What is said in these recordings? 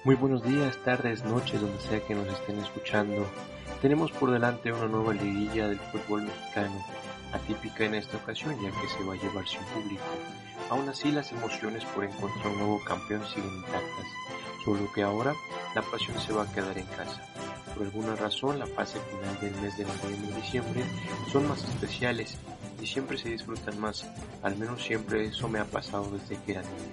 Muy buenos días, tardes, noches, donde sea que nos estén escuchando. Tenemos por delante una nueva liguilla del fútbol mexicano, atípica en esta ocasión ya que se va a llevar sin público. Aún así, las emociones por encontrar un nuevo campeón siguen intactas, solo que ahora la pasión se va a quedar en casa. Por alguna razón, la fase final del mes de noviembre y diciembre son más especiales y siempre se disfrutan más, al menos siempre eso me ha pasado desde que era niño.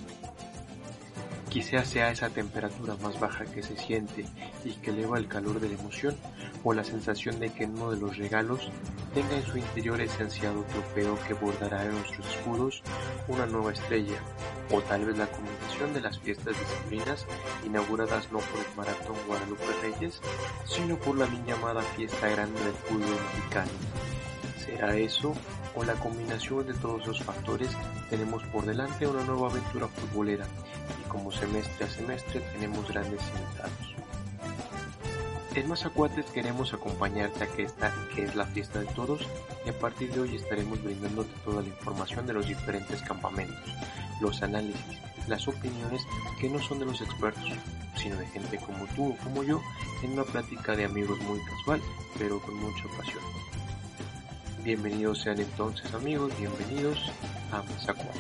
Quizás sea esa temperatura más baja que se siente y que eleva el calor de la emoción, o la sensación de que uno de los regalos tenga en su interior ese ansiado trofeo que bordará en nuestros escudos una nueva estrella, o tal vez la combinación de las fiestas decembrinas inauguradas no por el Maratón Guadalupe Reyes, sino por la bien llamada Fiesta Grande del Fútbol Mexicano. ¿Será eso? O la combinación de todos los factores, tenemos por delante una nueva aventura futbolera, y como semestre a semestre tenemos grandes invitados. En Mazacuates queremos acompañarte a que esta que es la fiesta de todos, y a partir de hoy estaremos brindándote toda la información de los diferentes campamentos, los análisis, las opiniones que no son de los expertos, sino de gente como tú o como yo, en una plática de amigos muy casual, pero con mucha pasión. Bienvenidos sean entonces amigos, bienvenidos a Mazacuates.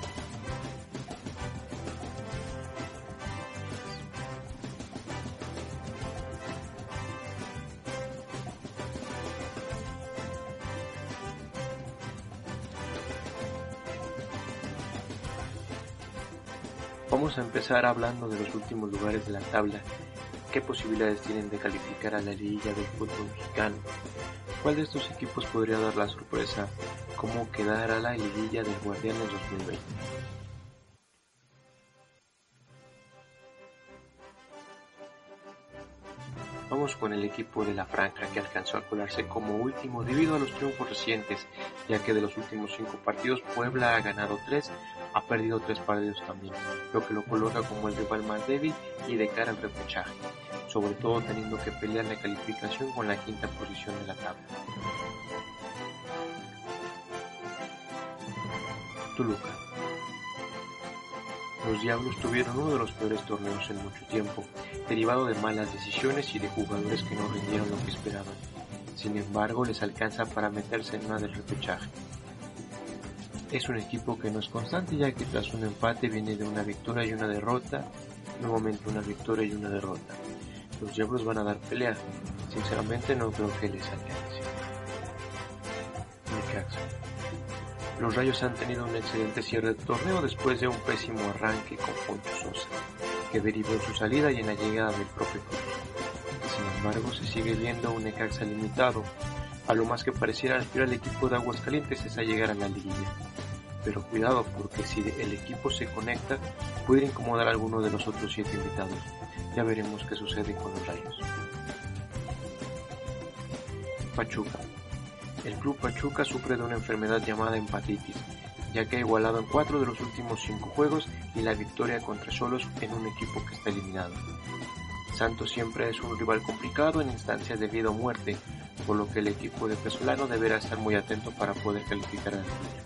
Vamos a empezar hablando de los últimos lugares de la tabla. ¿Qué posibilidades tienen de calificar a la liguilla del fútbol mexicano? ¿Cuál de estos equipos podría dar la sorpresa? ¿Cómo quedará la liguilla del Guardianes 2020? Vamos con el equipo de la Franja, que alcanzó a colarse como último debido a los triunfos recientes, ya que de los últimos 5 partidos Puebla ha ganado 3, ha perdido 3 partidos también, lo que lo coloca como el rival más débil y de cara al repechaje, sobre todo teniendo que pelear la calificación con la quinta posición de la tabla. Toluca. Los Diablos tuvieron uno de los peores torneos en mucho tiempo, derivado de malas decisiones y de jugadores que no rindieron lo que esperaban. Sin embargo, les alcanza para meterse en una del repechaje. Es un equipo que no es constante, ya que tras un empate viene de una victoria y una derrota, nuevamente una victoria y una derrota. Los Diablos van a dar pelea, sinceramente no creo que les alcance. Necaxa. Los Rayos han tenido un excelente cierre de torneo después de un pésimo arranque con Poncho Sosa, que derivó en su salida y en la llegada del propio club. Sin embargo, se sigue viendo un Necaxa limitado, a lo más que pareciera aspirar al equipo de Aguascalientes es a llegar a la liguilla. Pero cuidado, porque si el equipo se conecta, puede incomodar a alguno de los otros 7 invitados. Ya veremos qué sucede con los Rayos. Pachuca. El club Pachuca sufre de una enfermedad llamada hepatitis, ya que ha igualado en 4 de los últimos 5 juegos y la victoria contra Xolos en un equipo que está eliminado. Santos siempre es un rival complicado en instancias de vida o muerte, por lo que el equipo de Pesolano deberá estar muy atento para poder calificar a la liguilla.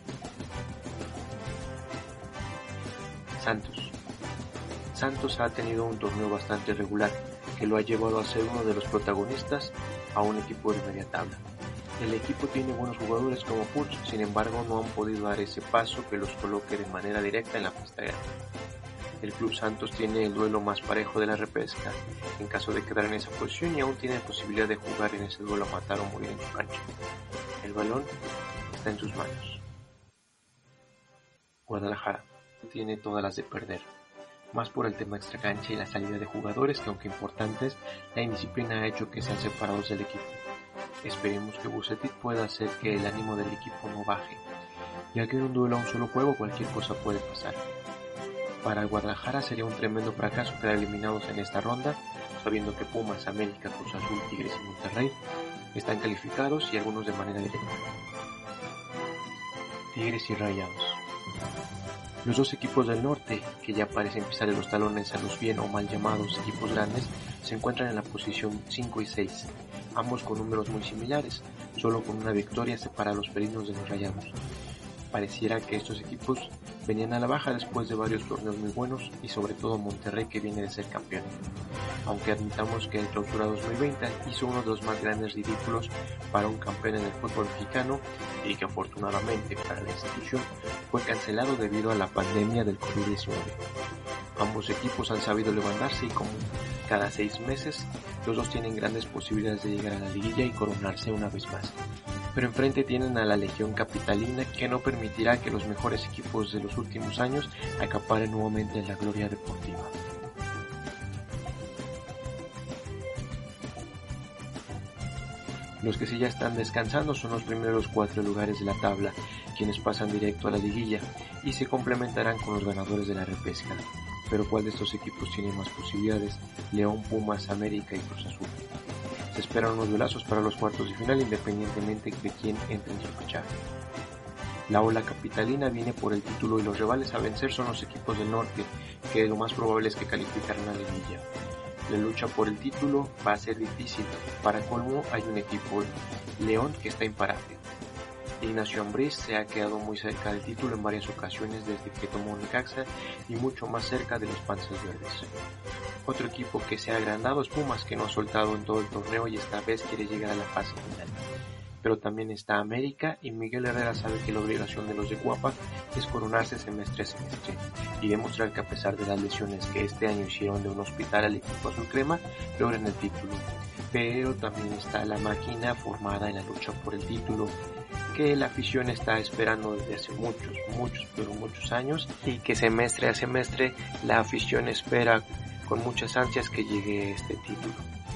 Santos ha tenido un torneo bastante regular, que lo ha llevado a ser uno de los protagonistas a un equipo de media tabla. El equipo tiene buenos jugadores como Puch, sin embargo no han podido dar ese paso que los coloque de manera directa en la fiesta grande. El Club Santos tiene el duelo más parejo de la repesca, en caso de quedar en esa posición, y aún tiene posibilidad de jugar en ese duelo a matar o morir en su cancha. El balón está en sus manos. Guadalajara tiene todas las de perder, más por el tema extracancha y la salida de jugadores que, aunque importantes, la indisciplina ha hecho que sean separados del equipo. Esperemos que Bucetich pueda hacer que el ánimo del equipo no baje, ya que en un duelo a un solo juego cualquier cosa puede pasar. Para el Guadalajara sería un tremendo fracaso quedar eliminados en esta ronda, sabiendo que Pumas, América, Cruz Azul, Tigres y Monterrey están calificados y algunos de manera directa. Tigres y Rayados. Los dos equipos del norte, que ya parecen pisarle los talones a los bien o mal llamados equipos grandes, se encuentran en la posición 5 y 6, ambos con números muy similares, solo con una victoria separa a los felinos de los Rayados. Pareciera que estos equipos venían a la baja después de varios torneos muy buenos y sobre todo Monterrey, que viene de ser campeón. Aunque admitamos que el Clausura 2020 hizo uno de los más grandes ridículos para un campeón en el fútbol mexicano y que afortunadamente para la institución fue cancelado debido a la pandemia del COVID-19. Ambos equipos han sabido levantarse y como cada 6 meses los dos tienen grandes posibilidades de llegar a la liguilla y coronarse una vez más. Pero enfrente tienen a la Legión Capitalina, que no permitirá que los mejores equipos de los últimos años acaparen nuevamente la gloria deportiva. Los que sí ya están descansando son los primeros 4 lugares de la tabla, quienes pasan directo a la liguilla y se complementarán con los ganadores de la repesca. Pero ¿cuál de estos equipos tiene más posibilidades? León, Pumas, América y Cruz Azul. Se esperan unos duelazos para los cuartos de final independientemente de quién entre en su repechaje. La ola capitalina viene por el título y los rivales a vencer son los equipos del norte, que lo más probable es que calificarán a la liguilla. La lucha por el título va a ser difícil. Para colmo hay un equipo, León, que está imparable. Ignacio Ambriz se ha quedado muy cerca del título en varias ocasiones desde que tomó Necaxa y mucho más cerca de los Panzas Verdes. Otro equipo que se ha agrandado es Pumas, que no ha soltado en todo el torneo y esta vez quiere llegar a la fase final. Pero también está América y Miguel Herrera sabe que la obligación de los de Cuapa es coronarse semestre a semestre y demostrar que a pesar de las lesiones que este año hicieron de un hospital al equipo azul crema, logran el título. Pero también está la máquina formada en la lucha por el título, que la afición está esperando desde hace muchos años y que semestre a semestre la afición espera con muchas ansias que llegue este título.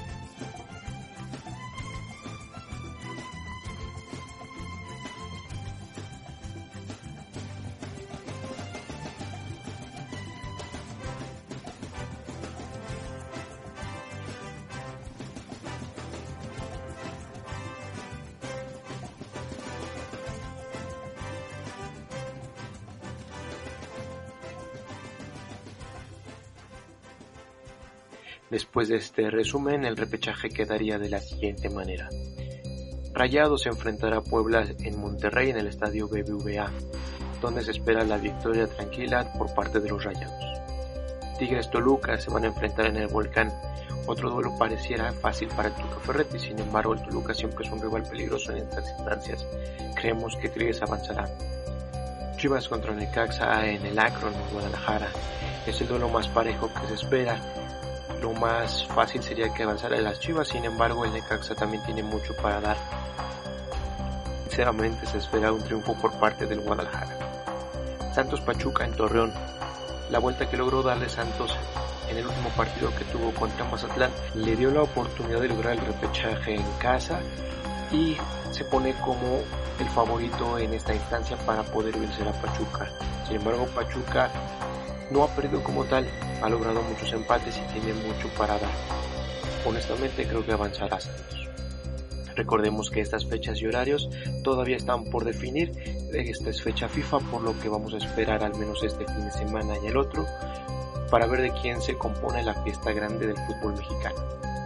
Después de este resumen, el repechaje quedaría de la siguiente manera. Rayados se enfrentará a Puebla en Monterrey en el estadio BBVA, donde se espera la victoria tranquila por parte de los Rayados. Tigres Toluca se van a enfrentar en el Volcán. Otro duelo pareciera fácil para el Tuca Ferretti, sin embargo el Toluca siempre es un rival peligroso en estas instancias. Creemos que Tigres avanzará. Chivas contra Necaxa en el Akron, en Guadalajara. Es el duelo más parejo que se espera. Lo más fácil sería que avanzara las Chivas, sin embargo el Necaxa también tiene mucho para dar. Sinceramente se espera un triunfo por parte del Guadalajara. Santos Pachuca en Torreón. La vuelta que logró darle Santos en el último partido que tuvo contra Mazatlán le dio la oportunidad de lograr el repechaje en casa y se pone como el favorito en esta instancia para poder vencer a Pachuca. Sin embargo, Pachuca no ha perdido como tal, ha logrado muchos empates y tiene mucho para dar. Honestamente creo que avanzará Santos. Recordemos que estas fechas y horarios todavía están por definir. Esta es fecha FIFA, por lo que vamos a esperar al menos este fin de semana y el otro para ver de quién se compone la fiesta grande del fútbol mexicano.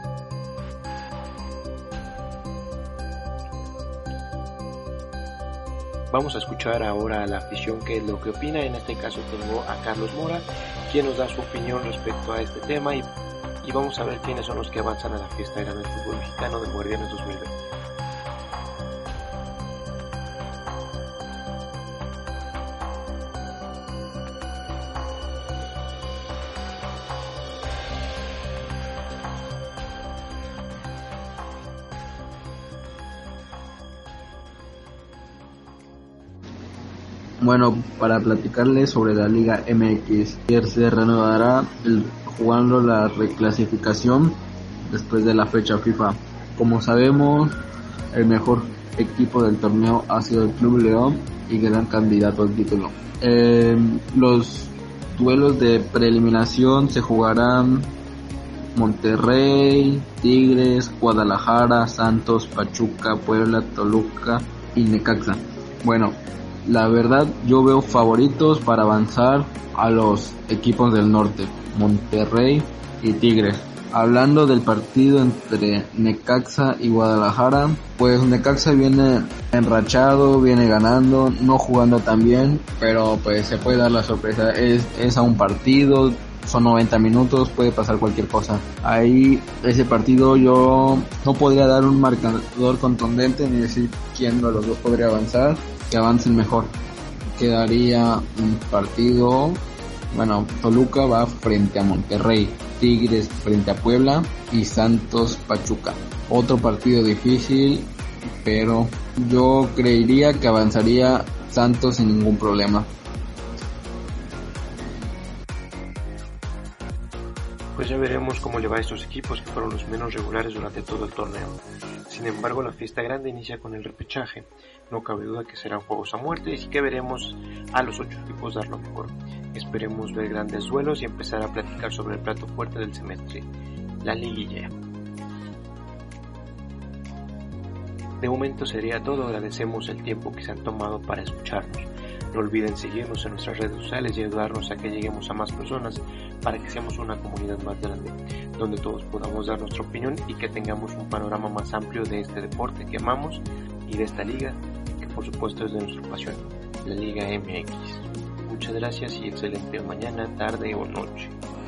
Vamos a escuchar ahora a la afición qué es lo que opina. En este caso tengo a Carlos Mora, quien nos da su opinión respecto a este tema y vamos a ver quiénes son los que avanzan a la fiesta grande del fútbol mexicano del Guardianes 2020. Bueno, para platicarles sobre la Liga MX, se reanudará jugando la reclasificación después de la fecha FIFA. Como sabemos, el mejor equipo del torneo ha sido el Club León y gran candidato al título. Los duelos de preeliminación se jugarán Monterrey, Tigres, Guadalajara, Santos, Pachuca, Puebla, Toluca y Necaxa. Bueno, la verdad yo veo favoritos para avanzar a los equipos del norte, Monterrey y Tigres. Hablando del partido entre Necaxa y Guadalajara, pues Necaxa viene enrachado, viene ganando, no jugando tan bien, pero pues se puede dar la sorpresa, es a un partido, son 90 minutos, puede pasar cualquier cosa. Ahí, ese partido yo no podría dar un marcador contundente ni decir quién de los dos podría avanzar, que avancen mejor. Quedaría un partido, bueno, Toluca va frente a Monterrey, Tigres frente a Puebla y Santos Pachuca. Otro partido difícil, pero yo creería que avanzaría Santos sin ningún problema. Pues ya veremos cómo le va a estos equipos que fueron los menos regulares durante todo el torneo. Sin embargo, la fiesta grande inicia con el repechaje. No cabe duda que serán juegos a muerte y que veremos a los 8 equipos dar lo mejor. Esperemos ver grandes duelos y empezar a platicar sobre el plato fuerte del semestre, la liguilla. De momento sería todo, agradecemos el tiempo que se han tomado para escucharnos. No olviden seguirnos en nuestras redes sociales y ayudarnos a que lleguemos a más personas para que seamos una comunidad más grande, donde todos podamos dar nuestra opinión y que tengamos un panorama más amplio de este deporte que amamos y de esta liga, que por supuesto es de nuestra pasión, la Liga MX. Muchas gracias y excelente mañana, tarde o noche.